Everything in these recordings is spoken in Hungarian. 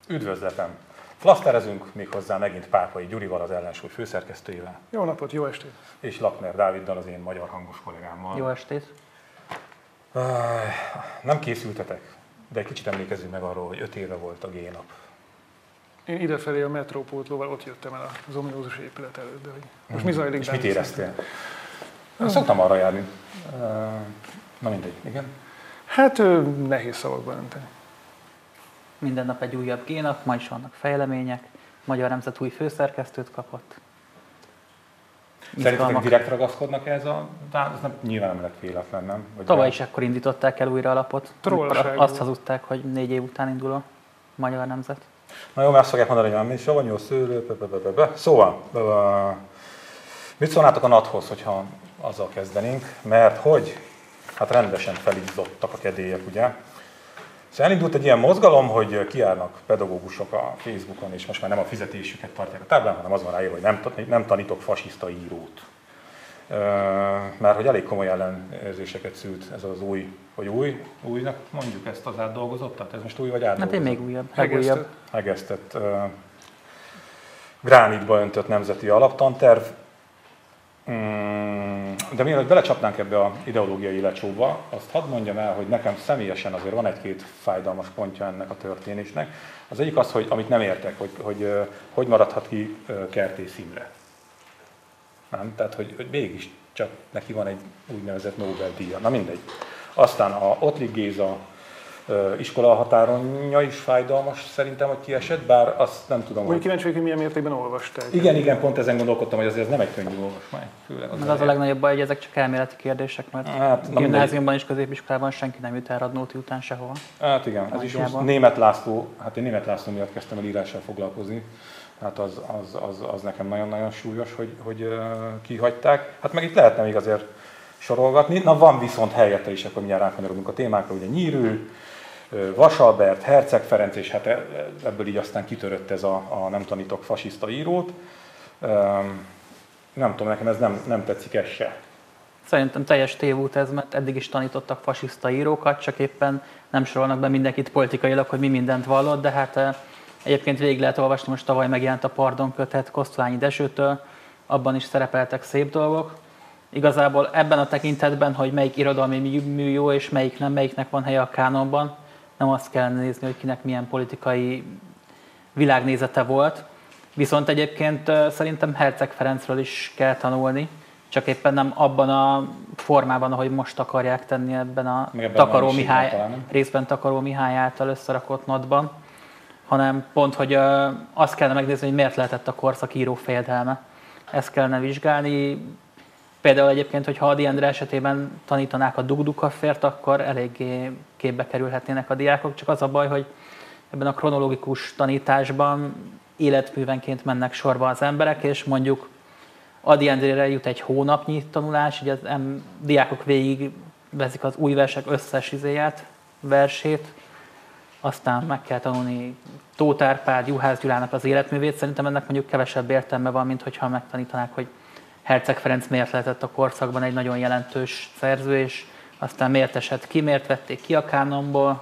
Üdvözletem! Flaszterezünk méghozzá megint Pápai Gyurival, az Ellensúly főszerkesztőjével. Jó napot, jó estét! És Lakner Dáviddal, az én magyar hangos kollégámmal. Jó estét! Nem készültetek, de egy kicsit emlékezzünk meg arról, hogy 5 éve volt a G-nap. Én idefelé a metrópótlóval ott jöttem el az ominózus épület előtt, de most mi zajlik? És mit éreztél? Szoktam arra járni. Na mindegy, igen. Hát nehéz szavakban önteni. Minden nap egy újabb G-nap, ma is vannak fejlemények. Magyar Nemzet új főszerkesztőt kapott. Szerintetek direkt ragaszkodnak ez ez nem, nyilván nem lett véletlen, nem? Tavaly is ekkor indították el újra a lapot. Azt hazudták, hogy 4 év után indul a Magyar Nemzet. Na jó, mert azt fogják mondani, hogy mi savanyú szőlő, Szóval, mit szólnátok a NAT-hoz, hogyha azzal kezdenénk? Mert hogy? Hát rendesen felizzottak a kedélyek, ugye? Szóval elindult egy ilyen mozgalom, hogy kiállnak pedagógusok a Facebookon, és most már nem a fizetésüket tartják a táblán, hanem az van ráírva, hogy nem tanítok fasiszta írót. Mert hogy elég komoly ellenérzéseket szült ez az újnak mondjuk ezt az átdolgozottat? Ez most új vagy átdolgozott? Hát még újabb. Hegesztett gránitba öntött nemzeti alaptanterv. De mielőtt belecsapnánk ebbe az ideológiai lecsóba, azt hadd mondjam el, hogy nekem személyesen azért van egy-két fájdalmas pontja ennek a történésnek. Az egyik az, hogy amit nem értek, hogy maradhat ki Kertész Imre. Nem? Tehát, hogy mégis csak neki van egy úgynevezett Nobel-díja. Na mindegy. Aztán a Ottlik Géza iskola határonja is fájdalmas szerintem, hogy kiesett, bár azt nem tudom, hogy... kíváncsi vagyok, hogy milyen mértékben olvasták. Igen, pont ezen gondolkodtam, hogy azért ez nem egy könnyű olvasmány. Az a legnagyobb baj, hogy ezek csak elméleti kérdések, mert gimnáziumban és középiskolában senki nem jut el Radnóti után sehova. Hát igen, ez is Németh László, én Németh László miatt kezdtem el írással foglalkozni. Hát az nekem nagyon-nagyon súlyos, hogy kihagyták. Hát meg itt lehetne még azért sorolgatni. Na van viszont helyette is, akkor mindjárt rákanyarodunk a témákra, ugye Nyírő, Vasalbert, Herceg Ferenc, és hát ebből így aztán kitörött ez a nem tanítok fasiszta írót. Nem tudom, nekem ez nem tetszik ez se. Szerintem teljes tévút ez, mert eddig is tanítottak fasiszta írókat, csak éppen nem sorolnak be mindenkit politikailag, hogy mi mindent vallott, de hát egyébként végig lehet olvasni, most tavaly megjelent a Pardon kötet Kosztolányi Dezsőtől, abban is szerepeltek szép dolgok. Igazából ebben a tekintetben, hogy melyik irodalmi mű jó és melyik nem, melyiknek van helye a kánonban, nem azt kellene nézni, hogy kinek milyen politikai világnézete volt. Viszont egyébként szerintem Herceg Ferencről is kell tanulni, csak éppen nem abban a formában, ahogy most akarják tenni ebben a részben Takaró Mihály által összerakott notban, hanem pont, hogy azt kellene megnézni, hogy miért lehetett a korszak író fejedelme. Ezt kellene vizsgálni. Például egyébként, hogy Hady Endre esetében tanítanák a Dugdukafért, akkor eléggé képbe kerülhetnének a diákok, csak az a baj, hogy ebben a kronológikus tanításban életművenként mennek sorba az emberek, és mondjuk Hady Endrére jut egy hónapnyi tanulás, így az diákok végig veszik az új versek összes versét, aztán meg kell tanulni Tóth Árpád, Juhász Gyulának az életművét. Szerintem ennek mondjuk kevesebb értelme van, mint hogyha megtanítanák, hogy Herceg Ferenc miért lehetett a korszakban egy nagyon jelentős szerző, és aztán miért esett ki, miért vették ki a kánonból.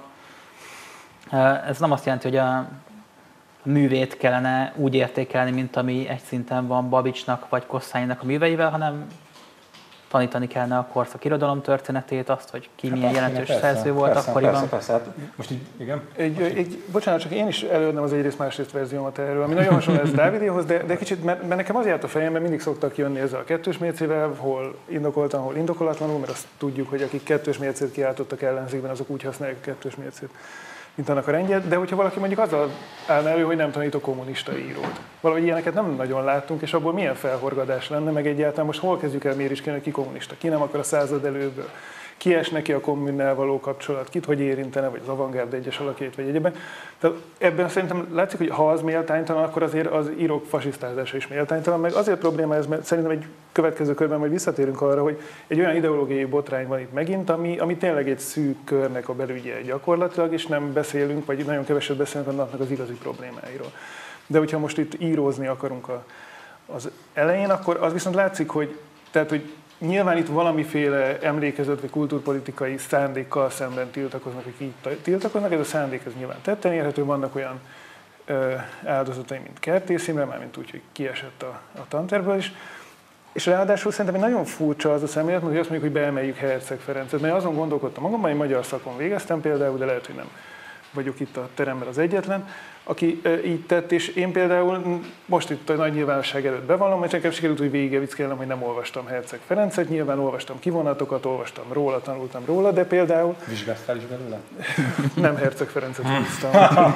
Ez nem azt jelenti, hogy a művét kellene úgy értékelni, mint ami egy szinten van Babicsnak vagy Kosszányinak a műveivel, hanem tanítani kellene a korszak irodalom történetét, azt, hogy ki milyen jelentős szerző volt akkoriban. Persze. Hát most így, igen. Bocsánat, csak én is előadnám az egyrészt-másrészt verziómat erről, ami nagyon hasonló ez Dávidéhoz, de kicsit, mert nekem az járt a fejemben, mindig szoktak jönni ezzel a kettős mércével, hol indokoltan, hol indokolatlanul, mert azt tudjuk, hogy akik kettős mércét kiáltottak ellenzékben, azok úgy használják a kettős mércét, mint annak a rendjét, de hogyha valaki mondjuk azzal állna elő, hogy nem tanítok kommunista írót. Valahogy ilyeneket nem nagyon láttunk, és abból milyen felhorgadás lenne, meg egyáltalán most hol kezdjük el mérésként, ki kommunista, ki nem akar a század előből, ki es neki a kommunnál való kapcsolat, kit hogy érintene, vagy az avantgárd egyes alakjait, vagy egyébben. Tehát ebben szerintem látszik, hogy ha az méltánytalan, akkor azért az írók fasisztázása is méltánytalan, meg azért probléma ez, mert szerintem egy következő körben majd visszatérünk arra, hogy egy olyan ideológiai botrány van itt megint, ami tényleg egy szűk körnek a belügye gyakorlatilag, és nem beszélünk, vagy nagyon keveset beszélünk annak az igazi problémáiról. De hogyha most itt írózni akarunk az elején, akkor az viszont látszik, hogy nyilván itt valamiféle emlékezet vagy kultúrpolitikai szándékkal szemben tiltakoznak, akik így tiltakoznak, ez a szándék ez nyilván tetten érhető, vannak olyan áldozatai, mint Kertész Imre, mármint úgy, hogy kiesett a tanterből is. És ráadásul szerintem nagyon furcsa az a szemlélet, hogy azt mondjuk, hogy beemeljük Herceg Ferencet, mert azon gondolkodtam magamban, hogy magyar szakon végeztem például, de lehet, hogy nem vagyok itt a teremben az egyetlen, aki így tett, és én például most itt a nagy nyilvánosság előtt bevallom, mert nekem sikerült úgy végigevickelnem, hogy nem olvastam Herceg Ferencet, nyilván olvastam kivonatokat, olvastam róla, tanultam róla, de például... Vizsgáztál is belőle? Nem Herceg Ferencet húztam.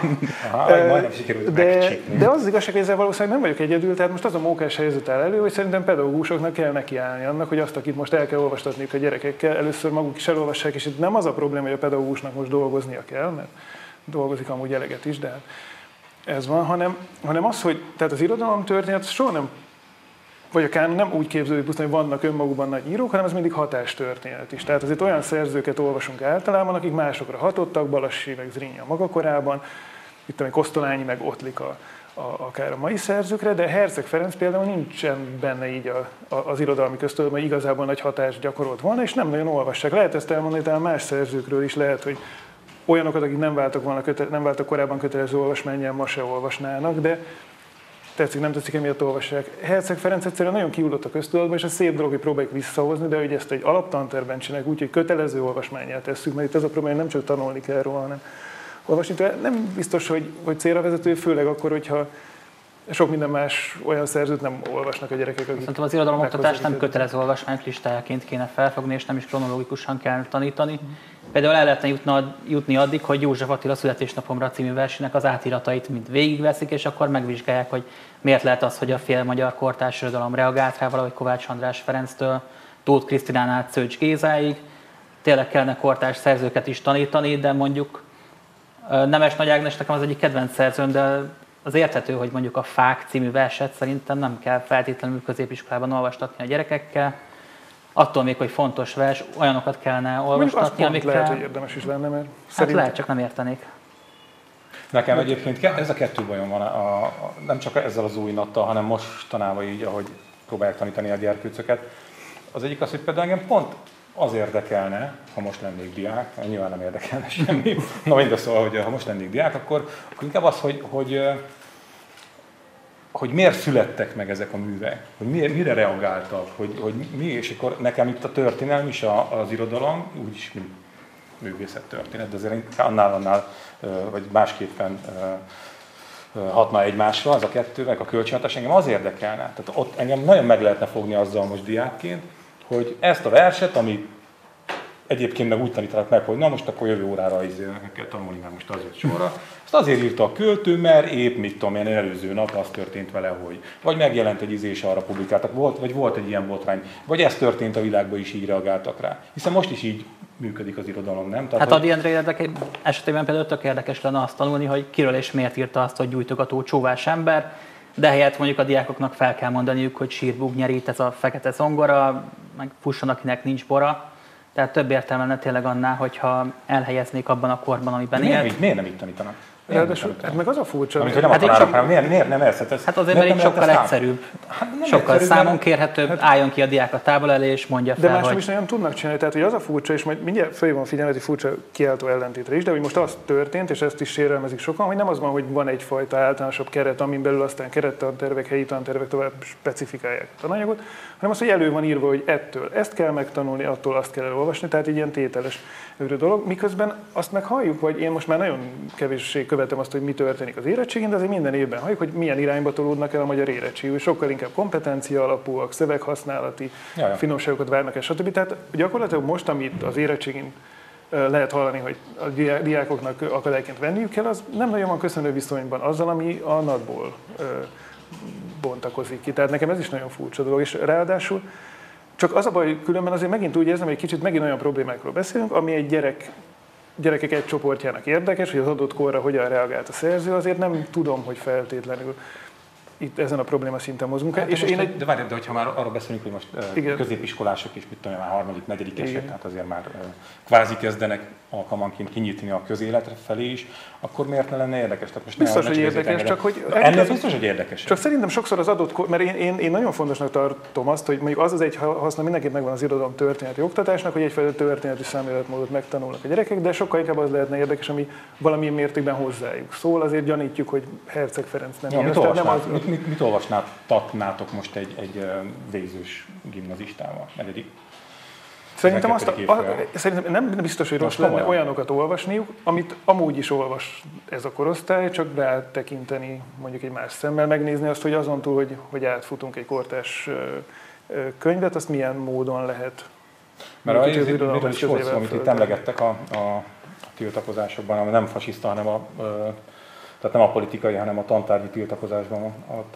Majdnem sikerült megcsípni. De az igazság, hogy ezzel valószínűleg nem vagyok egyedül, tehát most az a mókás helyzet áll elő, hogy szerintem pedagógusoknak kell nekiállni annak, hogy azt, akit most el kell olvastatniuk a gyerekekkel, először maguk is elolvassák, és itt nem az a probléma, hogy a pedagógusnak most dolgoznia kell, mert dolgozik amúgy eleget is, de hát ez van, hanem az, hogy tehát az irodalomtörténet soha nem, vagy akár nem úgy képződik pusztán, hogy vannak önmagukban nagy írók, hanem ez mindig hatástörténet is. Tehát azért olyan szerzőket olvasunk általában, akik másokra hatottak, Balassi meg Zrínyi a maga korában, itt a Kosztolányi meg Ottlik akár a mai szerzőkre, de Herceg Ferenc például nincsen benne így az irodalmi köztudatban, hogy igazából nagy hatást gyakorolt volna, és nem nagyon olvassák. Lehet ezt elmondani, talán más szerzőkről is lehet, hogy olyanokat, akik nem váltak korábban kötelező olvasmánnyal, ma se olvasnának, de tetszik, nem tetszik, emiatt olvassák. Herceg Ferenc egyszerűen nagyon kiullott a köztudatban, és ez szép dolog, hogy próbáljuk visszahozni, de hogy ezt egy alaptanterben csináljuk, úgyhogy kötelező olvasmánnyal tesszük, mert itt ez a probléma, nem csak tanulni kell róla, hanem olvasni. Nem biztos, hogy célra vezető, főleg akkor, hogyha sok minden más olyan szerzőt nem olvasnak a gyerekek, akik... Szerintem az irodalomoktatást nem kötelező olvasmányok listájaként kéne felfogni, és nem is kronológikusan kell tanítani. Például el lehetne jutni addig, hogy József Attila születésnapomra című versének az átiratait mind végigveszik, és akkor megvizsgálják, hogy miért lehet az, hogy a fél magyar kortárs irodalom reagált rá valahogy Kovács András Ferenctől, Tóth Krisztinán át Szőcs Gézáig. Tényleg kellene kortárs szerzőket is tanítani, de mondjuk Nemes Nagy Ágnes nekem az egyik kedvenc szerzőm, de az érthető, hogy mondjuk a Fák című verset szerintem nem kell feltétlenül középiskolában olvastatni a gyerekekkel. Attól még, hogy fontos vers, olyanokat kellene olvastatni, amikkel... lehet, hogy érdemes is lenne, mert Hát lehet, csak nem értenék. Nekem egyébként ez a kettő bajom van, nem csak ezzel az új nattal, hanem mostanában így, ahogy próbálják tanítani a gyerkőcöket. Az egyik az, hogy például engem pont az érdekelne, ha most lennék diák, nyilván nem érdekelne semmi, na mindegy, szóval, hogy ha most lennék diák, akkor inkább az, hogy miért születtek meg ezek a művek, hogy mire reagáltak, hogy mi, és akkor nekem itt a történelem is az irodalom, úgyis mint művészettörténet, de azért annál, vagy másképpen hatna egymásra, az a kettő, meg a kölcsönhatás, engem az érdekelne. Tehát ott engem nagyon meg lehetne fogni azzal most diákként, hogy ezt a verset, ami egyébként meg úgy tanítanak meg, hogy na most akkor jövő órára meg kell tanulni már most azért sorra. Ezt azért írta a költő, mert épp mit tudom én, előző nap az történt vele, hogy vagy megjelent egy és arra publikáltak, volt egy ilyen botrány, vagy ez történt a világban is, így reagáltak rá. Hiszen most is így működik az irodalom, nem? Tehát, hát Ady Endre esetében például tök érdekes lenne azt tanulni, hogy kiről és miért írta azt, hogy gyújtogató csóvás ember, de helyett mondjuk a diákoknak fel kell mondaniuk, hogy sírbúg nyerít ez a fekete zongora, meg fusson, akinek nincs bora. Tehát több értelme lenne tényleg annál, hogyha elhelyeznék abban a korban, amiben élt. Miért nem így tanítanak? Hát meg az a furcsa, hogy nem akarnak, miért nem ezt? Hát azért, mert így sokkal egyszerűbb. Sokkal számon kérhetőbb, álljon ki a diák a tábla elé, és mondja fel, de más nem is nagyon tudnak csinálni, tehát hogy az a furcsa, és majd mindjárt föl van figyelmet, hogy furcsa kiáltó ellentétre is, de hogy most az történt, és ezt is sérelmezik sokan, hogy nem az van, hogy van egyfajta általánosabb keret, amin belül aztán kerettantervek, helyi tantervek tovább specifikálják a tananyagot, hanem az, hogy elő van írva, hogy ettől ezt kell megtanulni, attól azt kell elolvasni, tehát egy ilyen tételes dolog, miközben azt meg halljuk, vagy én most már nagyon kevéssé követem azt, hogy mi történik az érettségén, de azért minden évben halljuk, hogy milyen irányba tolódnak el a magyar érettségű, sokkal inkább kompetencia alapúak, szöveghasználati finomságokat várnak el, stb. Tehát gyakorlatilag most, amit az érettségén lehet hallani, hogy a diákoknak akadályként venniük kell, az nem nagyon van köszönő viszonyban azzal, ami a NAT-ból bontakozik ki. Tehát nekem ez is nagyon furcsa dolog, és ráadásul csak az a baj, hogy különben azért megint úgy érzem, hogy egy kicsit megint olyan problémákról beszélünk, ami egy gyerekek egy csoportjának érdekes, hogy az adott korra hogyan reagált a szerző, azért nem tudom, hogy feltétlenül itt ezen a probléma szinten mozgunk. Hát, és de várj, de hogyha már arról beszélünk, hogy most középiskolások és mit tudom, már harmadik, negyedikesek, tehát azért már kvázi kezdenek alkalmanként kinyitni a közéletre felé is, akkor miért ne lenne érdekes? Tehát most biztos, hogy érdekes, csak hogy... Ennél biztos, hogy érdekes. Csak szerintem sokszor az adott, mert én nagyon fontosnak tartom azt, hogy mondjuk az egy haszna mindenképp megvan az irodalom történeti oktatásnak, hogy egyfajta történeti szemléletmódot megtanulnak a gyerekek, de sokkal inkább az lehetne érdekes, ami valamilyen mértékben hozzájuk szól. Azért gyanítjuk, hogy Herceg Ferenc nem ilyen. Mit olvasnátok most egy végzős gimnazistával, negyedik? Szerintem nem biztos, hogy rossz lenne olyanokat olvasniuk, amit amúgy is olvas ez a korosztály, csak rátekinteni mondjuk egy más szemmel, megnézni azt, hogy azon túl, hogy átfutunk egy kortárs könyvet, azt milyen módon lehet. Mert miről is volt szó, amit itt emlegettek a tiltakozásokban, ami nem fasiszta, hanem tehát nem a politikai, hanem a tantárgyi tiltakozásban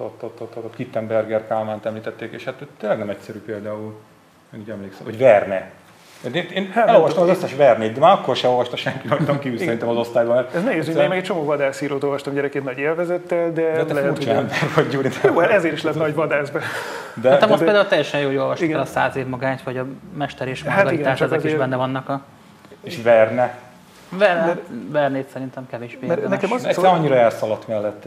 a Kittenberger Kálmánt említették, és hát tényleg nem egyszerű például, így emlékszem, hogy Verne. Én elolvastam az összes Vernét, de már akkor sem olvasta senki rajtam kívül szerintem az osztályban. Ez nehéz, hogy én meg egy csomó vadászírót olvastam gyerekként nagy élvezettel, de lehet, hogy ember vagy, Gyuri. Jó, ezért is lett nagy vadászbe. De te most például teljesen jól olvastad el a 100 év magányt, vagy a Mester és Margarita, tehát ezek is benne vannak És Verne. Vernét szerintem kevésbé érdemes. Nekem az annyira elszaladt mellett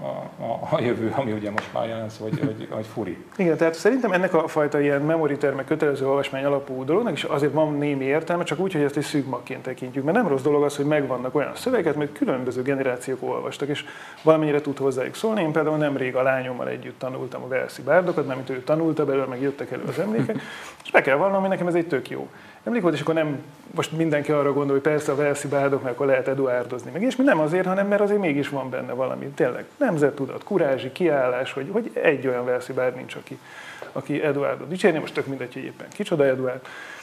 a jövő, ami ugye most már jelent szó, hogy furi. Igen, tehát szerintem ennek a fajta ilyen memory termek kötelező olvasmány alapú dolognak is azért van némi értelme, csak úgy, hogy ezt egy szűk magként tekintjük. Mert nem rossz dolog az, hogy megvannak olyan szövegek, mert különböző generációk olvastak, és valamennyire tud hozzájuk szólni. Én például nemrég a lányommal együtt tanultam a Velszi bárdokat, mert ő tanulta belőle, meg jöttek elő az emlékek, és be kell vallanom, hogy nekem ez egy tök jó emlék volt, és akkor nem most mindenki arra gondol, hogy persze a Velszi bárdok, mert akkor lehet eduárdozni, meg és mi nem azért, hanem mert azért mégis van benne valami, tényleg nemzettudat, kurázsi, kiállás, hogy egy olyan Velszi bárd nincs, aki Eduárdot dicsérni, most tök mindegy, hogy éppen kicsoda Eduárd.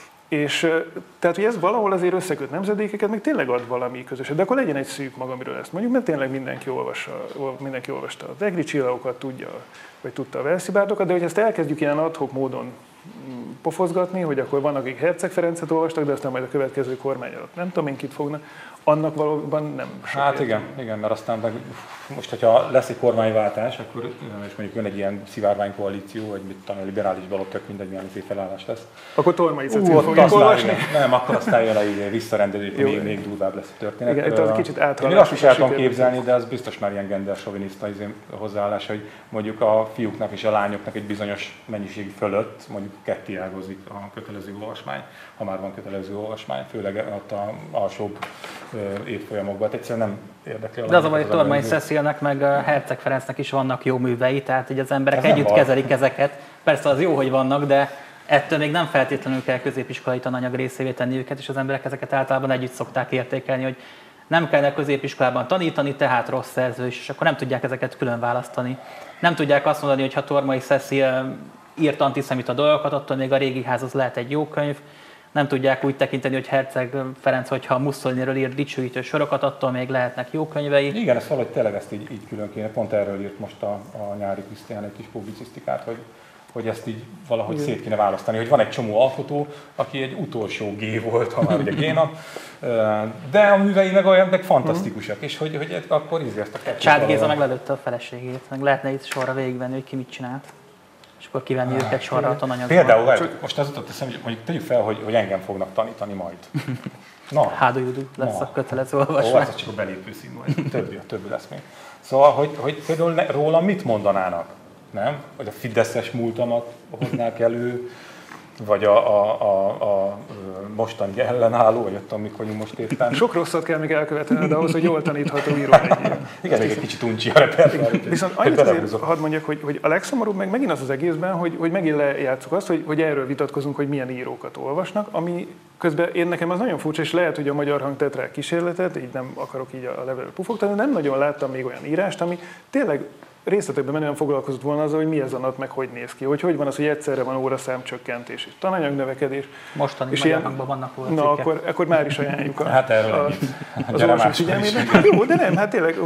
És tehát, hogy ez valahol azért összeköt nemzedékeket, meg tényleg ad valami közöset, de akkor legyen egy szűk mag, amiről ezt mondjuk, mert tényleg mindenki olvasta az egri csillagokat, tudja, vagy tudta a Velszi bárdokat, de hogy ezt elkezdjük ilyen ad-hoc módon pofozgatni, hogy akkor vannak, akik Herceg Ferencet olvastak, de aztán majd a következő kormány alatt nem tudom én kit fognak, annak valóban nem sok. Hát igen, mert aztán meg, most, hogyha lesz egy kormányváltás, akkor és mondjuk jön egy ilyen szivárványkoalíció, vagy mit tudom, a liberális balok, tök mindegy, milyen felállás lesz. Akkor Tormai Cecil fogjuk olvasni? Nem, akkor aztán jön a visszarendező, még durvább lesz a történet. Igen, itt kicsit én azt is el tudom képzelni, de az biztos már ilyen gendersoviniszta hozzáállás, hogy mondjuk a fiúknak és a lányoknak egy bizonyos mennyiség fölött mondjuk ketté ágozik a kötelező olvasmány, ha már van kötelező olvasmány, főleg ott a alsóbb évfolyamokban. Egyszerűen nem érdekli. De az a baj, hogy Tormai Cecilnek meg Herceg Ferencnek is vannak jó művei, tehát így az emberek együtt kezelik ezeket. Persze az jó, hogy vannak, de ettől még nem feltétlenül kell középiskolai tananyag részévé tenni őket, és az emberek ezeket általában együtt szokták értékelni, hogy nem kellene középiskolában tanítani, tehát rossz szerző is, és akkor nem tudják ezeket külön választani. Nem tudják azt mondani, hogy ha Tormai Cecil írt antiszemita dolgokat, attól még a Régi ház az lehet egy jó könyv. Nem tudják úgy tekinteni, hogy Herceg Ferenc, hogyha Mussoliniről írt dicsőítő sorokat, attól még lehetnek jó könyvei. Igen, ez valahogy tényleg ezt így külön kéne. Pont erről írt most a Nyári Krisztián egy kis publicisztikát, hogy ezt így valahogy szét kéne választani, hogy van egy csomó alkotó, aki egy utolsó G volt, ha már ugye G-nak, de a művei meg fantasztikusak, és hogy akkor ezt a kettőt. Csád Géza meglelőtte a feleségét, meg lehetne itt sorra végigvenni, hogy ki mit csinált. És akkor kivenni őket sorra a tananyagban. Például, most az jutott eszembe, hogy mondjuk tegyük fel, hogy engem fognak tanítani majd. Na, Hádojudu lesz a kötelező olvasmány. Ez csak a belépő szín, vagy többi lesz még. Szóval, hogy például rólam mit mondanának? Nem? Vagy a fideszes múltamat hoznák elő, vagy a mostani ellenálló, vagy ott, amikor most éppen... Sok rosszat kell még elkövetned ahhoz, hogy jól tanítható író legyen. Igen, még egy kicsit uncsi a repertoár. Viszont annyit azért hadd mondjak, hogy a legszomorúbb meg megint az egészben, hogy megint lejátszuk azt, hogy erről vitatkozunk, hogy milyen írókat olvasnak, ami közben nekem az nagyon furcsa, és lehet, hogy a Magyar Hang tett rá kísérletet, így nem akarok így a levelről pufogtani, nem nagyon láttam még olyan írást, ami tényleg részletekben menően foglalkozott volna azzal, hogy mi ez a nap, meg hogy néz ki. Hogy van az, hogy egyszerre van óraszámcsökkentés és tananyagnövekedés. Mostani Magyar Hangban vannak óracikkek. Na, akkor már is ajánljuk hát erről az olvasók figyelmében. Jó, de nem, hát tényleg,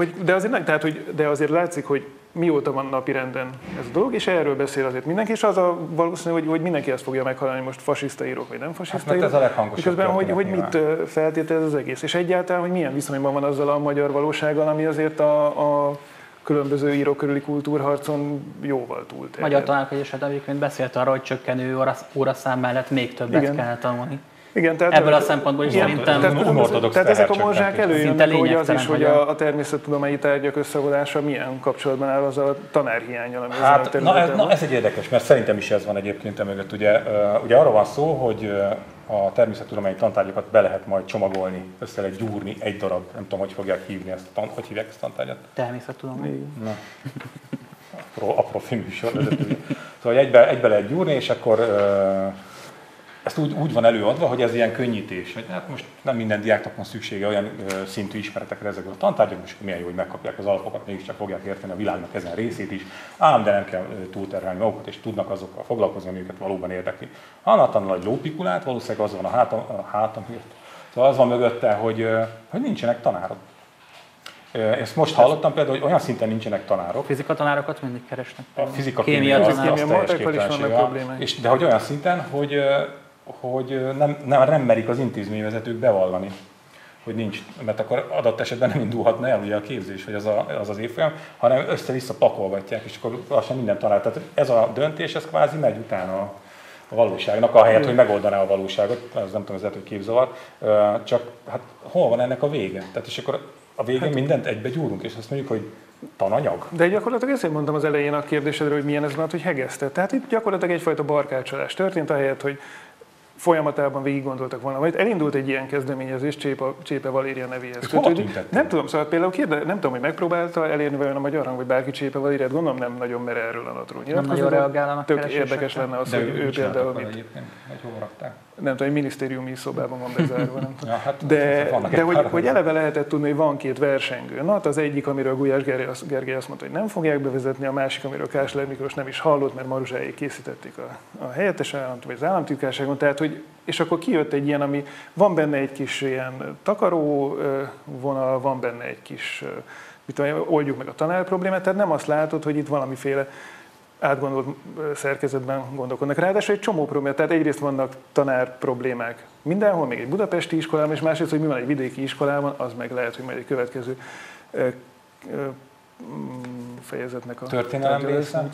de azért látszik, hogy mióta van napirenden ez a dolog, és erről beszél azért mindenki, és az a valószínű, hogy mindenki ezt fogja meghallani, hogy most fasiszta írók, vagy nem fasiszta írók. Ez a leghangosabb. Miközben, hogy mit feltételez az egész, és egyáltalán, hogy milyen viszonyban van azzal a magyar valósággal, ami azért a különböző írók körüli kultúrharcon jóval túlterjed. Magyar Tanárok Egyesület egyébként beszélt arra, hogy csökkenő óraszám mellett még többet kellene tanulni. Igen, tehát ebből a szempontból is szerintem tehát ezek a morzsák előjönnek, hogy az is, hogy a a természettudományi tárgyak összevonása milyen kapcsolatban áll az a tanárhiánnyal, ami hát, ez egy érdekes, mert szerintem is ez van egyébként emögött. Ugye arról van szó, hogy a természettudományi tantárgyakat be lehet majd csomagolni, össze lehet gyúrni egy darab, nem tudom, hogy fogják hívni ezt, hogy hívják ezt a tantárgyat? Természettudomány. Na. Apró filmműsor vezető. Szóval egybe lehet gyúrni, és akkor ezt úgy van előadva, hogy ez ilyen könnyítés. Hát most nem minden diáknak van szüksége olyan szintű ismeretekre ezekből a tantárgyakból, és milyen jó, hogy megkapják az alapokat, mégiscsak fogják érteni a világnak ezen részét is, ám de nem kell túlterhelni magukat, és tudnak azokkal foglalkozni, ami őket valóban érdekli. Annak tanul nagy lópikulát, valószínűleg az van a hátam, szóval az van mögötte, hogy nincsenek tanárok. Ezt most hallottam például, hogy olyan szinten nincsenek tanárok. Fizika tanárokat mindig keresnek. A fizika, kémia az teljes képtelensége. De hogy olyan szinten, hogy nem merik az intézményvezetők bevallani, hogy nincs, mert akkor adott esetben nem indulhatna el ugye a képzés, vagy az évfolyam, hanem össze-vissza pakolgatják, és akkor lassan minden tanár. Tehát ez a döntés, ez kvázi megy utána a valóságnak, ahelyett, hogy megoldaná a valóságot, ez nem tudom, ez lehet, hogy képzavar, csak hát hol van ennek a vége? Tehát és akkor a végén mindent egybe gyúrunk, és azt mondjuk, hogy tananyag. De gyakorlatilag ezt mondtam az elején a kérdésedről, hogy milyen ez van, hogy hegesztett. Tehát itt gyakorlatilag egyfajta barkácsolás történt, ahelyett, hogy folyamatában végig gondoltak volna. Majd elindult egy ilyen kezdeményezés Csépe Valéria nevéhez kötődik. Nem tudom, szóval például nem tudom, hogy megpróbálta elérni vajon a Magyar Hang, vagy bárki Csépe Valériát, gondolom nem nagyon mer erről a natról nyilatkozni. Nem nagyon reagálnak. Tök érdekes lenne az, hogy ő például nem tudom, egy minisztériumi szobában van bezárva. Nem tudom. Ja, hát de hogy eleve lehetett tudni, hogy van két versengő nat, az egyik, amiről Gulyás Gergely azt mondta, hogy nem fogják bevezetni, a másik, amiről Kásler Miklós nem is hallott, mert Maruzsáék készítették a helyettes államot, vagy az államtitkárságon. Tehát, hogy, és akkor kijött egy ilyen, ami van benne egy kis ilyen takaró vonal, van benne egy kis, oldjuk meg a tanár problémát, tehát nem azt látod, hogy itt valamiféle átgondolt szerkezetben gondolkodnak. Ráadásul egy csomó problémát, tehát egyrészt vannak tanár problémák mindenhol, még egy budapesti iskolában, és másrészt, hogy mi van egy vidéki iskolában, az meg lehet, hogy majd egy következő fejezetnek a történelem része.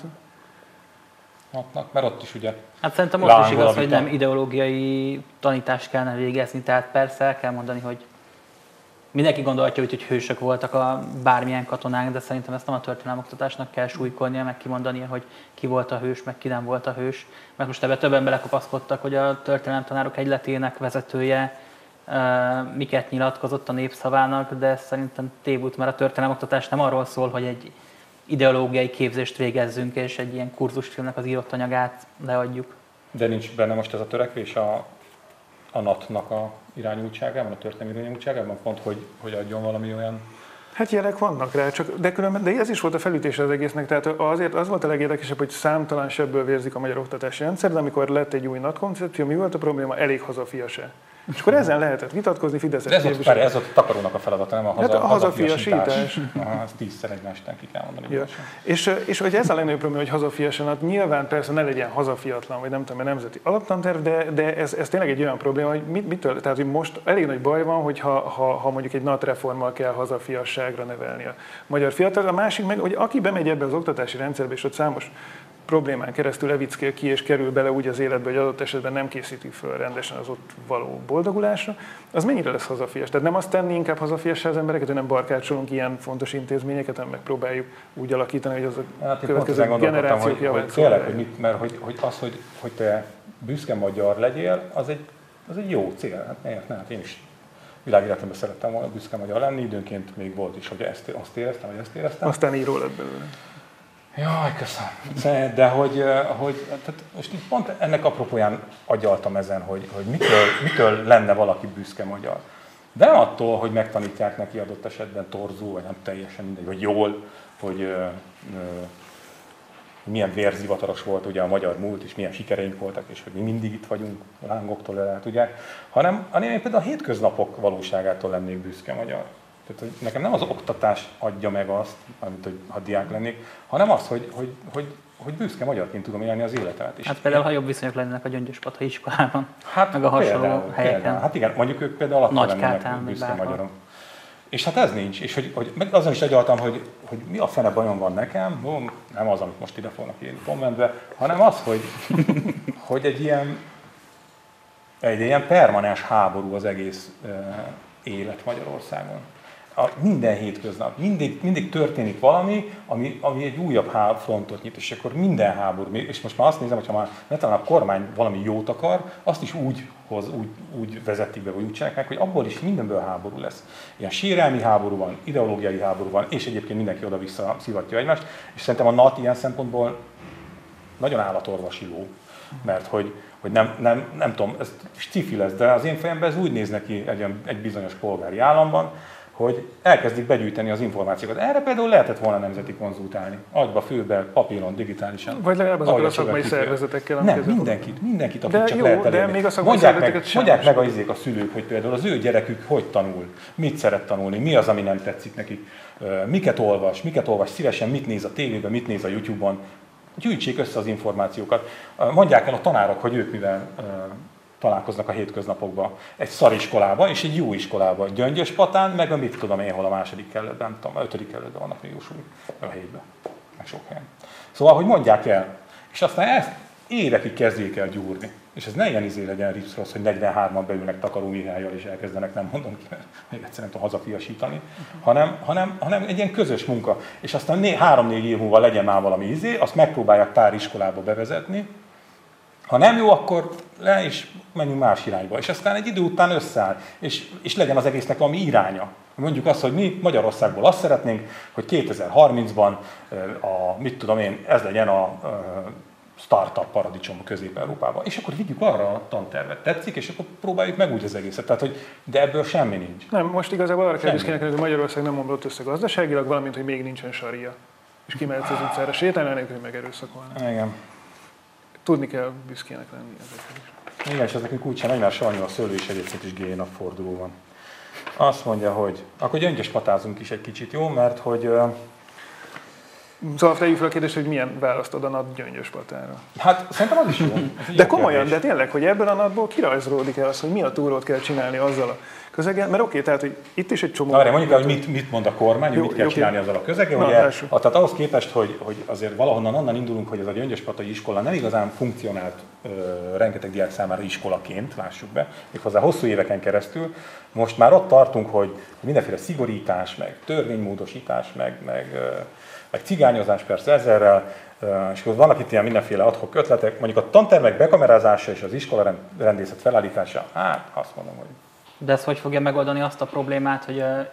Mert ott is ugye hát szerintem ott is igaz, hogy nem ideológiai tanítást kellene végezni, tehát persze el kell mondani, hogy mindenki gondolhatja, hogy hősök voltak a bármilyen katonák, de szerintem ezt nem a történelmoktatásnak kell súlykolnia, meg kimondania, hogy ki volt a hős, meg ki nem volt a hős. Mert most ebben többen belekapaszkodtak, hogy a történelemtanárok egyletének vezetője miket nyilatkozott a Népszavának, de szerintem tévút, mert a történelmoktatás nem arról szól, hogy egy ideológiai képzést végezzünk, és egy ilyen kurzusfilmnek az írott anyagát leadjuk. De nincs benne most ez a törekvés a NAT-nak a irányultságában, a történelmi irányultságában, pont, hogy adjon valami olyan... Hát jelek vannak rá, de ez is volt a felütése az egésznek, tehát azért az volt a legérdekesebb, hogy számtalan sebből vérzik a magyar oktatási rendszer, de amikor lett egy új NAT koncepció, mi volt a probléma? Elég hazafia se. És akkor ezen lehetett vitatkozni, Fideszes képviselők. Ez ott a takarónak a feladata, nem a hazafiasítás. Ez 10-szer egymástán ki kell mondani. Ja. És hogy ez a legnagyobb probléma, hogy hazafiasanat, nyilván persze ne legyen hazafiatlan, vagy nem tudom, nemzeti alaptanterv, de ez tényleg egy olyan probléma, hogy mitől, tehát hogy most elég nagy baj van, hogy ha mondjuk egy NAT reformmal kell hazafiasságra nevelni a magyar fiatal, a másik meg, hogy aki bemegy ebbe az oktatási rendszerbe, és ott számos problémán keresztül levickél ki és kerül bele úgy az életbe, hogy adott esetben nem készíti föl rendesen az ott való boldogulásra, az mennyire lesz hazafias? Tehát nem azt tenni inkább hazafiassá az embereket, hogy nem barkácsolunk ilyen fontos intézményeket, nem megpróbáljuk úgy alakítani, hogy az a következő generációk javát mert hogy te büszke magyar legyél, az egy jó cél. Hát én is világéletemben szerettem volna büszke magyar lenni, időnként még volt is, hogy azt éreztem. Aztán író lett belőle. Jaj, köszönöm. De tehát most itt pont ennek apropóján agyaltam ezen, hogy mitől lenne valaki büszke magyar. De nem attól, hogy megtanítják neki adott esetben torzul, vagy nem teljesen mindegy, vagy jól, hogy milyen vérzivataros volt ugye a magyar múlt, és milyen sikereink voltak, és hogy mi mindig itt vagyunk, lángoktól el tudják, hanem én például a hétköznapok valóságától lennék büszke magyar. Tehát, hogy nekem nem az oktatás adja meg azt, amit, hogy ha diák lennék, hanem az, hogy büszke magyarként tudom élni az életemet is. Hát például, ha jobb viszonyok lennének a Gyöngyöspatai iskolában, meg a hasonló helyeken. Hát igen, mondjuk ők például akkor lennének büszke magyarok. És hát ez nincs. És hogy meg azon is agyaltam, hogy mi a fene bajom van nekem, nem az, amit most ide fognak írni kommentbe, hanem az, hogy egy ilyen permanens háború az egész élet Magyarországon. Minden hétköznap, mindig történik valami, ami egy újabb frontot nyit, és akkor minden háború, és most már azt nézem, hogyha már netán a kormány valami jót akar, azt is úgy vezetik be, vagy úgy csinálják meg, hogy abból is mindenből háború lesz. Ilyen sérelmi háború van, ideológiai háború van, és egyébként mindenki oda-vissza szivatja egymást, és szerintem a NAT ilyen szempontból nagyon állatorvosi ló, mert hogy nem tudom, ez sci-fi lesz, de az én fejemben ez úgy néz neki egy bizonyos polgári államban, hogy elkezdik begyűjteni az információkat. Erre például lehetett volna nemzeti konzultálni. Agyba, főbe, papíron, digitálisan. Vagy legalább azokkal a szakmai szervezetekkel. Nem, mindenkit, akit csak lehet elérni. Még a szakmai szervezeteket mondják meg a szülők, hogy például az ő gyerekük hogy tanul, mit szeret tanulni, mi az, ami nem tetszik nekik, miket olvas szívesen, mit néz a tévében, mit néz a YouTube-on. Gyűjtsék össze az információkat. Mondják el a tanárok, hogy ők mivel találkoznak a hétköznapokban. Egy szariskolában és egy jó iskolában. Gyöngyöspatán, meg a mit tudom én, hol a második kerületben, nem tudom, a 5. kerületben vannak még jósulók, meg a 7-ben, meg sok helyen. Szóval, hogy mondják el, és aztán ezt évekig kezdjék el gyúrni. És ez ne ilyen legyen ripsz-rossz, hogy 43-an beülnek Takaró Mihályal és elkezdenek, nem mondom ki, mert még egyszer nem tudom hazafiasítani, hanem egy ilyen közös munka. És aztán 3-4 év múlva legyen már valami azt megpróbálják pár iskolába bevezetni. Ha nem jó, akkor le is menjünk más irányba. És aztán egy idő után összeáll, és legyen az egésznek valami iránya. Mondjuk azt, hogy mi Magyarországból azt szeretnénk, hogy 2030-ban ez legyen a startup paradicsom Közép-Európában. És akkor vigyük arra a tantervet. Tetszik, és akkor próbáljuk meg úgy az egészet. Tehát, de ebből semmi nincs. Nem, most igazából arra kell büszkének, hogy Magyarország nem omlott össze gazdaságilag, valamint, hogy még nincsen saria. És kimehetsz az utcára sétálni, anélkül, hogy megerőszakolni. Igen. Tudni kell büszkének lenni ezekkel is. Igen, és ez nekünk úgy sem megy, mert sajnos a szőlő is egyébként is G napforduló van. Azt mondja, hogy akkor gyöngyöspatázunk is egy kicsit, jó? Mert hogy... Szóval tegyük fel a kérdést, hogy milyen választod a NAT Gyöngyöspatára. Hát szerintem az is jó. De komolyan, de tényleg, hogy ebből a NAT-ból kirajzolódik el az, hogy mi a túrót kell csinálni azzal a közeggel, mert oké, tehát hogy itt is egy csomó... Na, mondjuk el, hogy mit mond a kormány, hogy mit kell csinálni azzal a közeggel. Tehát ahhoz képest, hogy azért valahonnan onnan indulunk, hogy ez a Gyöngyöspatai iskola nem igazán funkcionált rengeteg diák számára iskolaként, lássuk be, méghozzá hosszú éveken keresztül. Most már ott tartunk, hogy mindenféle szigorítás, meg törvénymódosítás, meg cigányozás persze ezerrel, és akkor vannak itt ilyen mindenféle ad hoc ötletek, mondjuk a tantermek bekamerázása és az iskola rendészet felállítása, hát azt mondom, hogy... De ez hogy fogja megoldani azt a problémát, hogy a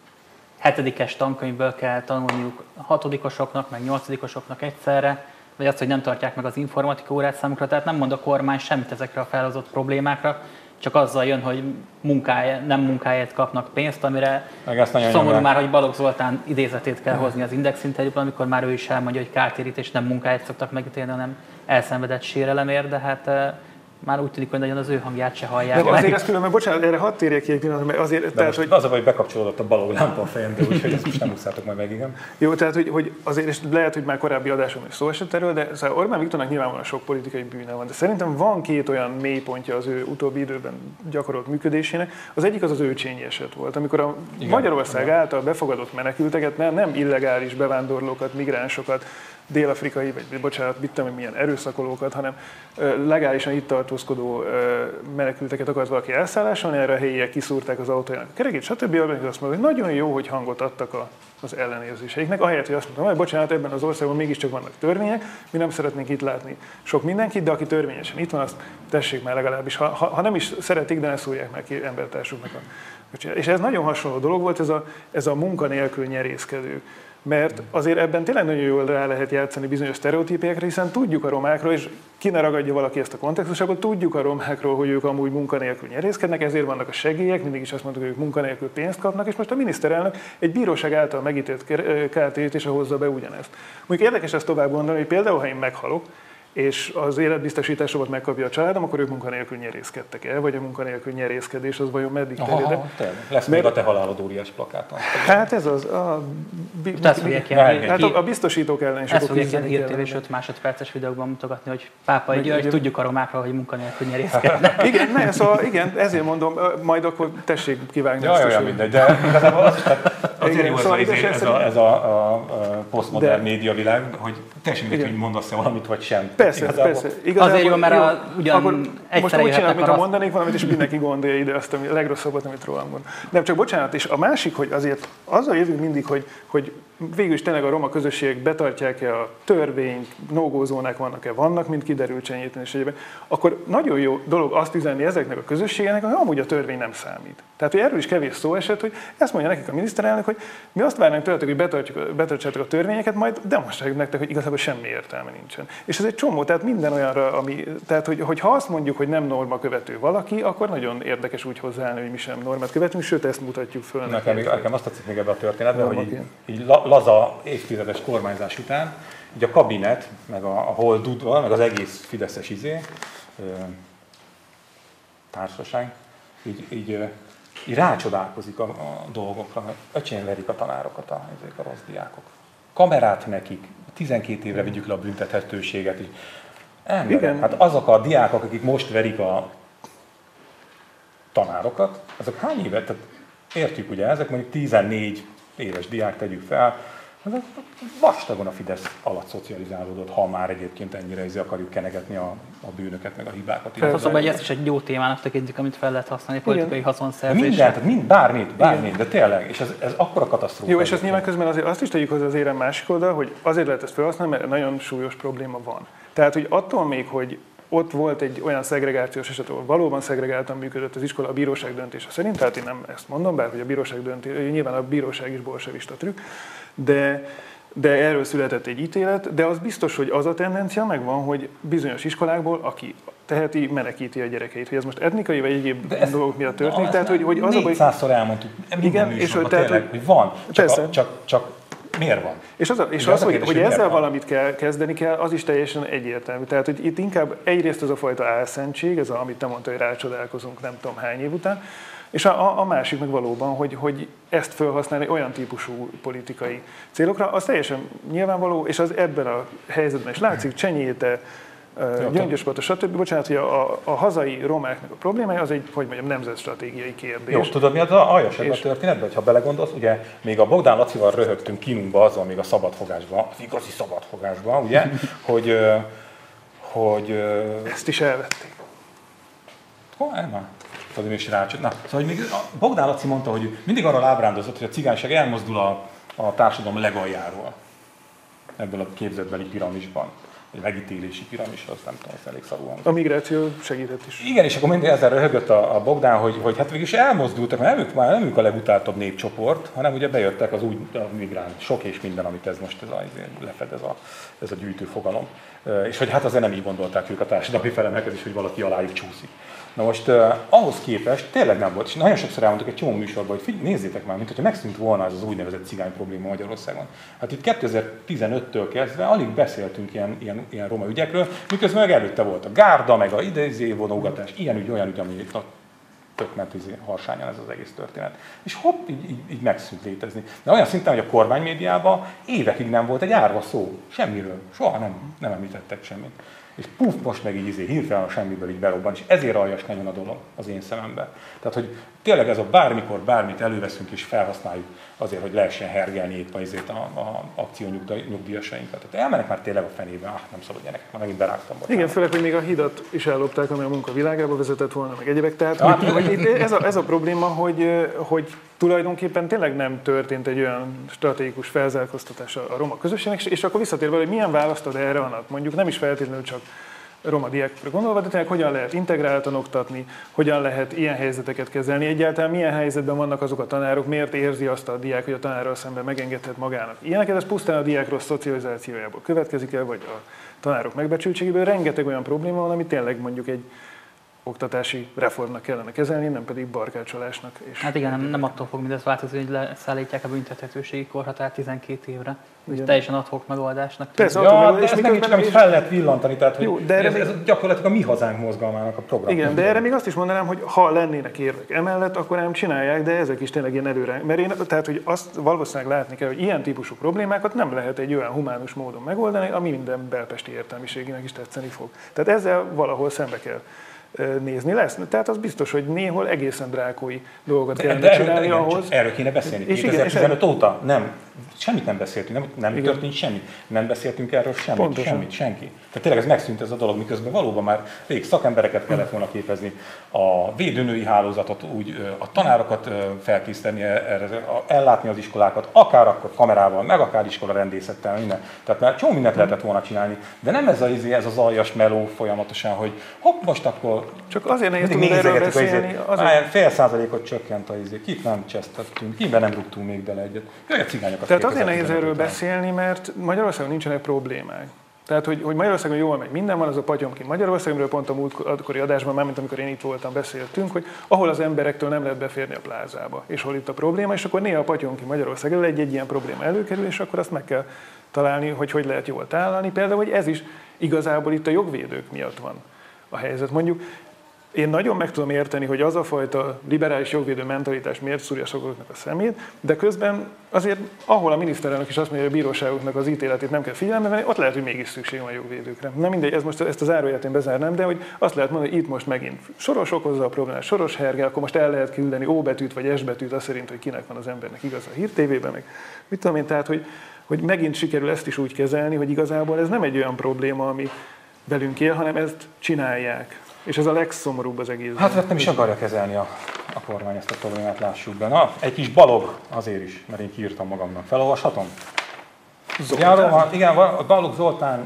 7-es tankönyvből kell tanulniuk 6-osoknak, meg 8-osoknak egyszerre, vagy azt, hogy nem tartják meg az informatika órát számukra, tehát nem mond a kormány semmit ezekre a felhozott problémákra, csak azzal jön, hogy nem munkáért kapnak pénzt, amire szomorú már, hogy Balogh Zoltán idézetét kell hozni az Index interjúban, amikor már ő is elmondja, hogy kártérítés nem munkáért szoktak megítélni, hanem elszenvedett sérelemért, de hát már úgy tűnik, hogy nagyon az ő hangját se hallják. De azért ezt különben, bocsánat, erre hadd térjek ki egy pillanat, mert azért... Tehát, hogy... Az a baj, hogy bekapcsolódott a Balogh lámpa a fejembe, úgyhogy ezt most nem úszátok majd meg, igen. Jó, tehát hogy azért, és lehet, hogy már korábbi adáson is szó esett erről, de szóval Orbán Viktornak nyilvánvalóan sok politikai bűne van, de szerintem van 2 olyan mélypontja az ő utóbbi időben gyakorolt működésének. Az egyik az őcsényi eset volt, amikor a Magyarország által befogadott menekülteket, nem illegális bevándorlókat, migránsokat, dél-afrikai, vagy bocsánat, mit tudom, milyen erőszakolókat, hanem legálisan itt tartózkodó menekülteket akart valaki elszállásolni, erre a helyiek kiszúrták az autójának a kerekét, stb. Azt mondta, hogy nagyon jó, hogy hangot adtak az ellenérzéseiknek, ahelyett, hogy azt mondtam, hogy bocsánat, ebben az országban mégiscsak vannak törvények, mi nem szeretnénk itt látni sok mindenkit, de aki törvényesen itt van, azt tessék már legalábbis, ha nem is szeretik, de ne szúrják meg ki embertársuknak. És ez nagyon hasonló dolog volt, ez a munkanélkül nyerészkedő. Mert azért ebben tényleg nagyon jól rá lehet játszani bizonyos sztereotípiákra, hiszen tudjuk a romákról, és ki ne ragadja valaki ezt a kontextusot, tudjuk a romákról, hogy ők amúgy munkanélkül nyerészkednek, ezért vannak a segélyek, mindig is azt mondtuk, hogy ők munkanélkül pénzt kapnak, és most a miniszterelnök egy bíróság által megítélt kártérítésre hozza be ugyanezt. Mondjuk érdekes ezt tovább gondolni, hogy például, ha én meghalok, és az életbiztosításról megkapja a családom, akkor ők munkanélkül nyerészkedtek el, vagy a munkanélkül nyerészkedés az vajon meddig terjed? Lesz még a te halálod óriás plakáton. Hát ez az. A biztosítók ellen is. Ezt fogják ilyen hírtévé és 5 másodperces videókban mutogatni, hogy Pápai György, tudjuk a romákról, hogy munkanélkül nyerészkednek. Igen, ezért mondom, majd akkor tessék kivágni. Olyan mindegy, de igazából azért jó ez a posztmodern médiavilág, hogy teljesen mindegy, hogy mondasz-e valamit, vagy sem. Persze. Azért jó, mert ugyan egyszerre úgy csinálom, mintha mondanék valamit, és mindenki gondolja ide azt, a legrosszabbat, amit rólam mond. Nem, csak bocsánat, és a másik, hogy azért azzal jövünk mindig, hogy végül is tényleg a roma közösségek betartják-e a törvényt, no-go zónák vannak, mint kiderült Csenyéten és egyébben, akkor nagyon jó dolog azt üzenni ezeknek a közösségeknek, hogy amúgy a törvény nem számít. Tehát, hogy erről is kevés szó esett, hogy ezt mondja nekik a miniszterelnök, hogy mi azt várnánk tőletek, hogy betartsátok a törvényeket, majd demonstráljuk nektek, hogy igazából semmi értelme nincsen. És ez egy csomó, tehát minden olyanra, tehát, hogy ha azt mondjuk, hogy nem norma követő valaki, akkor nagyon érdekes úgy hozzáállni, hogy mi sem normát követünk, sőt ezt mutatjuk föl. Nekem azt tetszik még ebbe a történetben, hogy így laza évtizedes kormányzás után, így a kabinet, meg a Hold udvar, meg az egész fideszes társaság, így rácsodálkozik a dolgokra, mert öcsén verik a tanárokat a rossz diákok. Kamerát nekik, 12 évre vigyük le a büntethetőséget is. Hát azok a diákok, akik most verik a tanárokat, azok hány évet? Tehát értjük ugye, ezek mondjuk 14 éves diák, tegyük fel, vastagon a Fidesz alatt szocializálódott, ha már egyébként ennyire akarjuk kenegetni a bűnöket, meg a hibákat. Szóval, hogy ezt is egy jó témának tekintik, amit fel lehet használni politikai haszonszerzésre. Bármit, de tényleg, és ez akkora katasztrófa. Jó, és ezt nyilván közben azért azt is tegyük hozzá az érem másik oldal, hogy azért lehet ezt felhasználni, mert nagyon súlyos probléma van. Tehát, hogy attól még, hogy ott volt egy olyan szegregációs eset, ahol valóban szegregáltan működött az iskola a bíróság döntése szerint, tehát én nem ezt mondom, bár hogy a bíróság nyilván a bíróság is bolsevista trükk, de erről született egy ítélet, de az biztos, hogy az a tendencia megvan, hogy bizonyos iskolákból, aki teheti, menekíti a gyerekeit. Hogy ez most etnikai vagy egyéb dolgok miatt történik. Tehát, hogy az a 400-szor elmondtuk, minden műsorban tényleg, hogy van, csak miért van? És az hogy ezzel valamit kezdeni kell, az is teljesen egyértelmű. Tehát, hogy itt inkább egyrészt ez a fajta álszentség, ez amit te mondtad, hogy rácsodálkozunk nem tudom hány év után, és a másik meg valóban, hogy ezt felhasználni olyan típusú politikai célokra, az teljesen nyilvánvaló, és az ebben a helyzetben is látszik, Csenyéte, Gyöngyöspata, stb. Bocsánat, hogy a hazai romáknak a problémája az egy, hogy mondjam, nemzetstratégiai kérdés. Jó, tudod mi az aljas ebben a történetben, hogyha belegondolsz, ugye még a Bogdán Lacival röhögtünk kínunkba azzal még a szabadfogásban, az igazi szabadfogásban, ugye, hogy ezt is elvették. Szóval is rácsod. Szóval még Bogdán Laci mondta, hogy mindig arra ábrándozott, hogy a cigányság elmozdul a társadalom legaljáról ebből a képzetbeli piramisban. Egy megítélési piramis, azt nem tudom, ez elég szarúan. A migráció segített is. Igen, és akkor mindig ezzel röhögött a Bogdán, hogy hát végül is elmozdultak, mert nem ők a legutáltabb népcsoport, hanem ugye bejöttek az új migráns, sok és minden, amit ez most lefed ez a gyűjtő fogalom. És hogy hát azért nem így gondolták ők a társadalmi felemelkedés, hogy valaki alájuk csúszik. Na most ahhoz képest tényleg nem volt, és nagyon sokszor elmondtuk egy csomó műsorban, hogy nézzétek már, mint hogyha megszűnt volna ez az úgynevezett cigány probléma Magyarországon. Hát itt 2015-től kezdve alig beszéltünk ilyen roma ügyekről, miközben meg előtte volt a gárda, meg a vonógatás, ilyen ügy, olyan ügy, ami itt a tök ment harsányan ez az egész történet. És hopp, így megszűnt létezni. De olyan szinten, hogy a kormánymédiában évekig nem volt egy árva szó, semmiről, soha nem említettek semmit. És puf, most meg így hirtelen a semmiből így berobban, és ezért aljas nagyon a dolog az én szememben. Tehát, hogy tényleg ez a bármikor bármit előveszünk és felhasználjuk azért, hogy lehessen hergelni épp a akciónyugdíjasainkat. Tehát elmennek már tényleg a fenébe, nem szabad gyerekek, már megint berágtam. Igen, főleg, hogy még a hidat is ellopták, ami a munka világába vezetett volna, meg egyebek. Tehát hogy ez a probléma, hogy tulajdonképpen tényleg nem történt egy olyan stratégikus felzárkóztatás a roma közösségnek, és akkor visszatérve, hogy milyen választ ad erre annak, mondjuk nem is feltétlenül csak roma diákokra gondolva, de tényleg hogyan lehet integráltan oktatni, hogyan lehet ilyen helyzeteket kezelni, egyáltalán milyen helyzetben vannak azok a tanárok, miért érzi azt a diák, hogy a tanárral szemben megengedhet magának ilyeneket, ez pusztán a diák rossz szocializációjából következik el, vagy a tanárok megbecsültségéből, rengeteg olyan probléma van, ami tényleg mondjuk egy oktatási reformnak kellene kezelni, nem pedig barkácsolásnak. Hát igen, nem attól fog mindez változni, hogy leszállítják a büntethetőségi korhatárt 12 évre. teljesen ad-hoc megoldásnak. Persze, Ja, de ezt megint csak, amit fel lehet villantani, tehát hogy jó, de ez gyakorlatilag a Mi Hazánk mozgalmának a program. Igen, de erre még azt is mondanám, hogy ha lennének érvek emellett, akkor nem csinálják, de ezek is tényleg ilyen előre. Mert tehát, hogy azt valószínűleg látni kell, hogy ilyen típusú problémákat nem lehet egy olyan humánus módon megoldani, ami minden belpesti értelmiségének is tetszeni fog. Tehát ezzel valahol szembe kell nézni lesz. Tehát az biztos, hogy néhol egészen drákói dolgokat kellene csinálni ahhoz. Erről kéne beszélni. 2015 óta semmit nem beszéltünk, nem történt semmi. Nem beszéltünk erről semmit, senki. Tehát tényleg ez megszűnt ez a dolog, miközben valóban már rég szakembereket kellett volna képezni, a védőnői hálózatot, úgy a tanárokat felkészíteni erre, ellátni az iskolákat, akár akkor kamerával, meg akár iskola rendészettel, minden. Tehát már csomó mindent lehetett volna csinálni, de nem ez az aljas meló folyamatosan, hogy hopp, most akkor csak azért nehéz tudni erről beszélni. Fél százalékot csökkent a kit nem csesztettünk, kiben nem rúgtunk még bele egyet. Jaj, a cigányokat. Tehát azért nehéz erről beszélni, mert Magyarországon nincsenek problémák. Tehát, hogy Magyarországon jól megy minden van, az a Patyomkin Magyarországról pont a múltkori adásban, mármint amikor én itt voltam, beszéltünk, hogy ahol az emberektől nem lehet beférni a plázába, és hol itt a probléma, és akkor néha a Patyomkin Magyarországról egy ilyen probléma előkerül, és akkor azt meg kell találni, hogy lehet jól tálalni. Például, hogy ez is igazából itt a jogvédők miatt van a helyzet. Mondjuk én nagyon meg tudom érteni, hogy az a fajta liberális jogvédő mentalitás miért szúrja sokaknak a szemét, de közben azért, ahol a miniszterelnök is azt mondja, hogy a bíróságoknak az ítéletét nem kell figyelembe venni, ott lehet, hogy mégis szükség van a jogvédőkre. Na mindegy, ezt az záróját én bezárnám, de hogy azt lehet mondani, hogy itt most megint Soros okozza a problémát, Soros hergel, akkor most el lehet küldeni O betűt vagy S betűt, az szerint, hogy kinek van az embernek igaz a Hír TV-ben, meg mit tudom én, tehát, hogy megint sikerül ezt is úgy kezelni, hogy igazából ez nem egy olyan probléma, ami velünk él, hanem ezt csinálják. És ez a legszomorúbb az egész. Hát nem is akarja kezelni a kormány ezt a problémát, lássuk be. Na, egy kis balog azért is, mert én kiírtam magamnak. Felolvashatom? Igen, Balogh Zoltán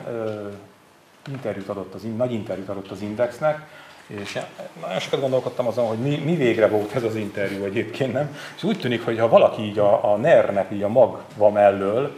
nagy interjút adott az Indexnek, és nagyon sokat gondolkodtam azon, hogy mi végre volt ez az interjú egyébként, nem? És úgy tűnik, hogy ha valaki így a NER-nek így a magva mellől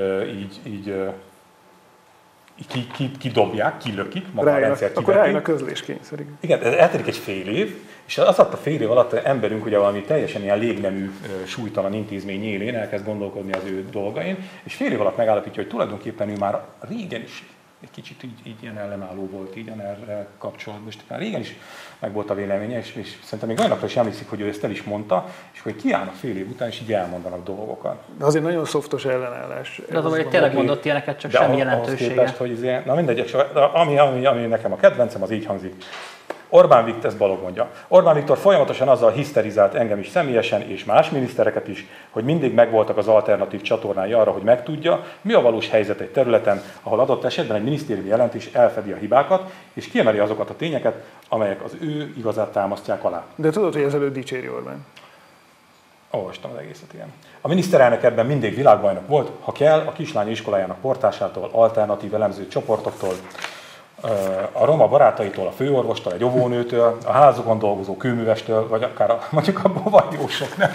kidobják, kilökik maga a rendszer kivetik. Akkor rájön a közléskényszer. Igen, ez eltelik egy fél év, és az alatt a fél év alatt emberünk ugye valami teljesen ilyen légnemű, súlytalan intézmény élén elkezd gondolkodni az ő dolgain, és fél év alatt megállapítja, hogy tulajdonképpen ő már régen is egy kicsit így ilyen ellenálló volt, így erre kapcsolatban. És már régen is meg volt a véleménye, és szerintem még olyanokra is emlékszik, hogy ő ezt el is mondta, és hogy kiállnak fél év után, és így elmondanak dolgokat. De azért nagyon szoftos ellenállás. De az, hogy tényleg mondott ilyeneket, csak semmi jelentősége. Képest, hogy na mindegy, ami nekem a kedvencem, az így hangzik. Orbán Viktor, ezt Balogh mondja. Orbán Viktor folyamatosan azzal hiszterizált engem is személyesen, és más minisztereket is, hogy mindig megvoltak az alternatív csatornái arra, hogy megtudja, mi a valós helyzet egy területen, ahol adott esetben egy minisztériumi jelentés elfedi a hibákat, és kiemeli azokat a tényeket, amelyek az ő igazát támasztják alá. De tudod, hogy ezelőtt dicséri Orbán? Olvastam az egészet, igen. A miniszterelnök ebben mindig világbajnok volt, ha kell, a kislány iskolájának portásától, alternatív elemző csoportoktól, a roma barátaitól, a főorvostól, egy óvónőtől, a házukon dolgozó kőművestől, vagy akár mondjuk a bavajosok, nem?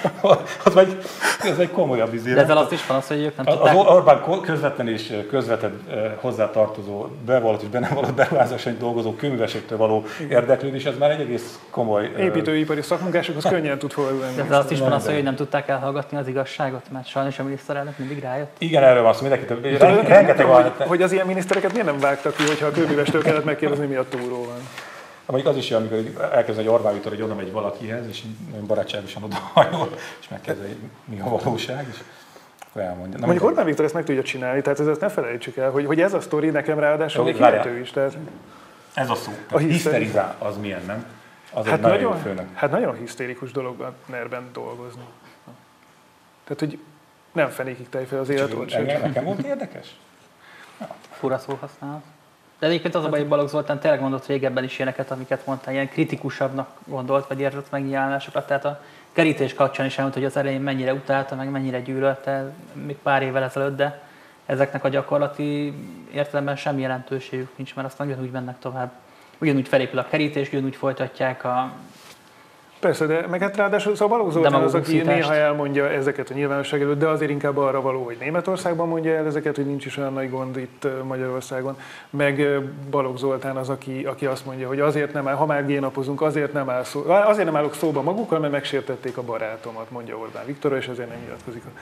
Ez egy komolyabb izé. De ezzel azt is van az, hogy ők nem tudták. Az Orbán közvetlen és közvetett hozzátartozó, bevallott és be nem vallott beruházáson dolgozó kőművesektől való érdeklődés, ez már egy egész komoly... Építőipari szakmunkásokhoz könnyen tud fordulni. De ezzel azt is van az, hogy nem tudták elhallgatni az igazságot, mert sajnos a miniszterelnök mindig rájött. Igen, erről van szó, mindenki rengeteg hogy az ilyen minisztereket miért nem vágtak ki, hogyha a kőművestől kellett megkérdezni, mi a túró van. Mondjuk az is jó, amikor elkezdeni, hogy Orbán Viktor, hogy oda megy valakihez, és nagyon barátságosan odahajol, és megkérdezi, hogy mi a valóság, és akkor elmondja. Mondjuk Orbán Viktor ezt meg tudja csinálni, tehát ezt ne felejtsük el, hogy ez a sztori nekem ráadásul még hihető is. Tehát ez a szó. A hiszterizál, az milyen, nem? Az hát nagyon jó főnök. Hát nagyon hisztérikus dolog a NER-ben dolgozni. Tehát, hogy nem fenékig tejfel az élet volt. Nekem volt érdekes? Fura szó használat. De egyébként az a baj, hogy Balogh Zoltán tényleg mondott régebben is ilyeneket, amiket mondta, ilyen kritikusabbnak gondolt, vagy érzett megnyilvánulásokat. Tehát a kerítés kapcsán is elmondta, hogy az elején mennyire utálta, meg mennyire gyűlölte, még pár évvel ezelőtt, de ezeknek a gyakorlati értelemben semmi jelentőségük nincs, mert aztán ugyanúgy mennek tovább. Ugyanúgy felépül a kerítés, ugyanúgy folytatják a... Persze, de meg hát ráadásul szóval Balogh Zoltán az, aki néha elmondja ezeket a nyilvánosság előtt, de azért inkább arra való, hogy Németországban mondja el ezeket, hogy nincs is olyan nagy gond itt Magyarországon. Meg Balogh Zoltán az, aki azt mondja, hogy azért nem áll, ha már génapozunk, azért nem állok szóba magukkal, mert megsértették a barátomat, mondja Orbán Viktor, és ezért nem nyilatkozik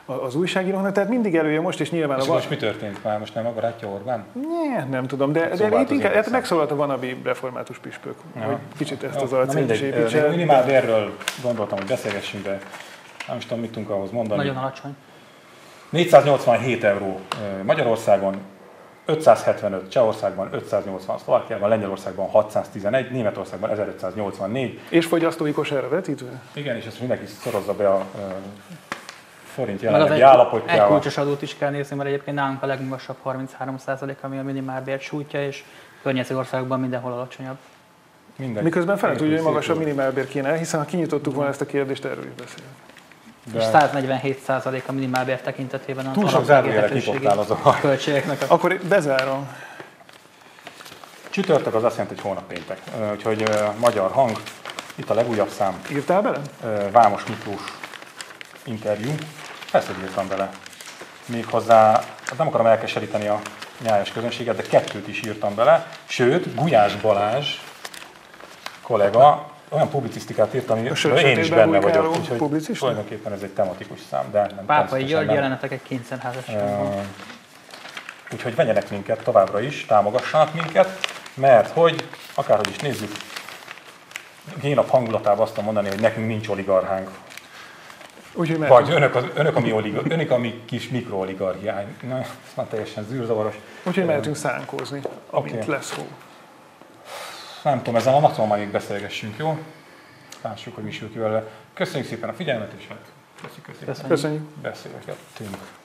az újságíróknak, tehát mindig előjön most, és nyilván És most mi történik már? Most nem a barátja Orbán? Nem tudom, de itt inkább megszólalt a wannabe református püspök, hogy kicsit ezt az arcát is építse. Minimálbérről gondoltam, hogy beszélgessünk, de nem is tudom, mit tudunk ahhoz mondani. Nagyon alacsony. 487 euró Magyarországon, 575 Csehországban, 580 Szlovákiában, Lengyelországban 611, Németországban 1584. És fogyasztói kosárra vetítve? Igen, és ezt mindenki szorozza be a forint Meg jelenlegi az állapotjával. egy kulcsos adót is kell nézni, mert egyébként nálunk a legmagasabb 33%, ami a minimálbért sújtja, és környező országokban mindenhol alacsonyabb. Mindegy. Miközben fel tudja, hogy magasabb minimálbér kéne, hiszen ha kinyitottuk volna ezt a kérdést, erről is beszélünk. És 147% a minimálbér tekintetében túl sok zárójelet nyitottál az a költségeknek. Akkor bezárom. Csütörtök az azt jelenti, hogy hónap péntek. Úgyhogy Magyar Hang, itt a legújabb szám. Írtál bele? Vámos Miklós interjú. Persze, hogy írtam bele. Méghozzá, hát nem akarom elkeseríteni a nyájas közönséget, de 2 is írtam bele. Sőt, Gulyás Balázs kollega olyan publicisztikát írt, amiről én is benne vagyok. Úgyhogy tulajdonképpen ez egy tematikus szám, de nem. Pápai György jelenetek egy kényszerházasságban. Úgyhogy vegyenek minket továbbra is, támogassanak minket, mert hogy, akárhogy is nézzük, Génap hangulatában azt tudom mondani, hogy nekünk nincs oligarchánk. Vagy önök a mi kis mikrooligarchiány. Na, ez már teljesen zűrzavaros. Úgyhogy mehetünk szánkózni, amint lesz hó. Nem tudom, ezen a napon már még beszélgessünk, jó? Lássuk, hogy mi sül ki vele. Köszönjük szépen a figyelmet, és hát köszönjük. Köszönjük. Beszélgettünk.